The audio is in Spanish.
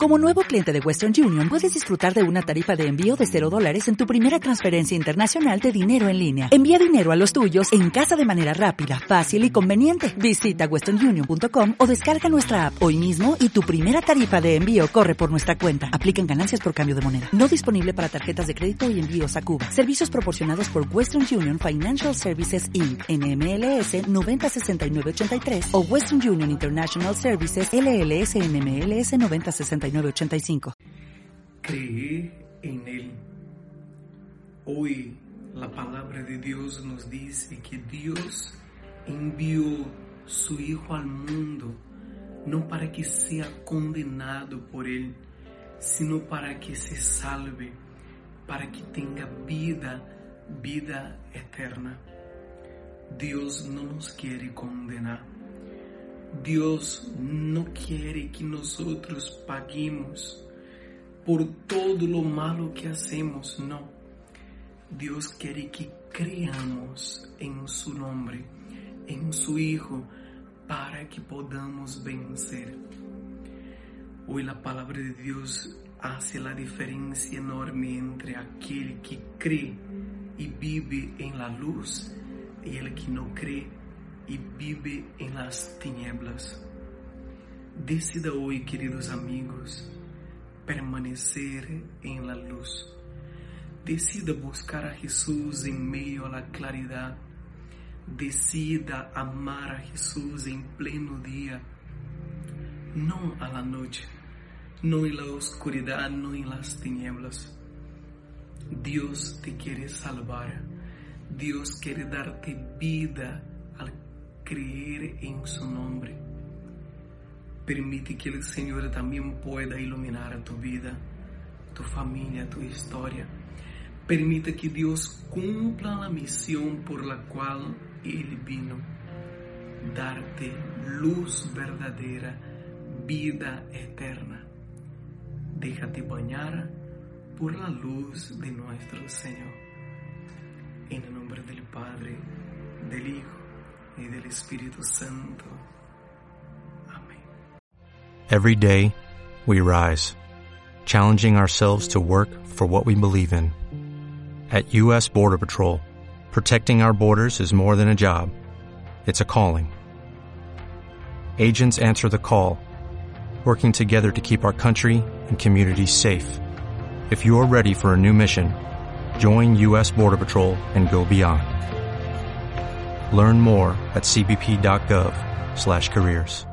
Como nuevo cliente de Western Union, puedes disfrutar de una tarifa de envío de $0 en tu primera transferencia internacional de dinero en línea. Envía dinero a los tuyos en casa de manera rápida, fácil y conveniente. Visita westernunion.com o descarga nuestra app hoy mismo y tu primera tarifa de envío corre por nuestra cuenta. Aplican ganancias por cambio de moneda. No disponible para tarjetas de crédito y envíos a Cuba. Servicios proporcionados por Western Union Financial Services Inc. NMLS 906983 o Western Union International Services LLS NMLS 906985. Creer en Él. Hoy la palabra de Dios nos dice que Dios envió su Hijo al mundo no para que sea condenado por Él, sino para que se salve, para que tenga vida eterna. Dios no nos quiere condenar. Dios no quiere que nosotros paguemos por todo lo malo que hacemos, no. Dios quiere que creamos en su nombre, en su Hijo, para que podamos vencer. Hoy la palabra de Dios hace la diferencia enorme entre aquel que cree y vive en la luz y el que no cree y vive en las tinieblas. Decida hoy, queridos amigos, permanecer en la luz. Decida buscar a Jesús en medio a la claridad. Decida amar a Jesús en pleno día, no a la noche, no en la oscuridad, no en las tinieblas. Dios te quiere salvar. Dios quiere darte vida al creer en su nombre. Permite que el Señor también pueda iluminar tu vida, tu familia, tu historia. Permita que Dios cumpla la misión por la cual Él vino, darte luz verdadera, vida eterna. Déjate bañar por la luz de nuestro Señor. En el nombre del Padre, del Hijo y del Espíritu Santo. Amén. Every day, we rise, challenging ourselves to work for what we believe in. At U.S. Border Patrol, protecting our borders is more than a job. It's a calling. Agents answer the call, working together to keep our country and communities safe. If you are ready for a new mission, join U.S. Border Patrol and go beyond. Learn more at cbp.gov/careers.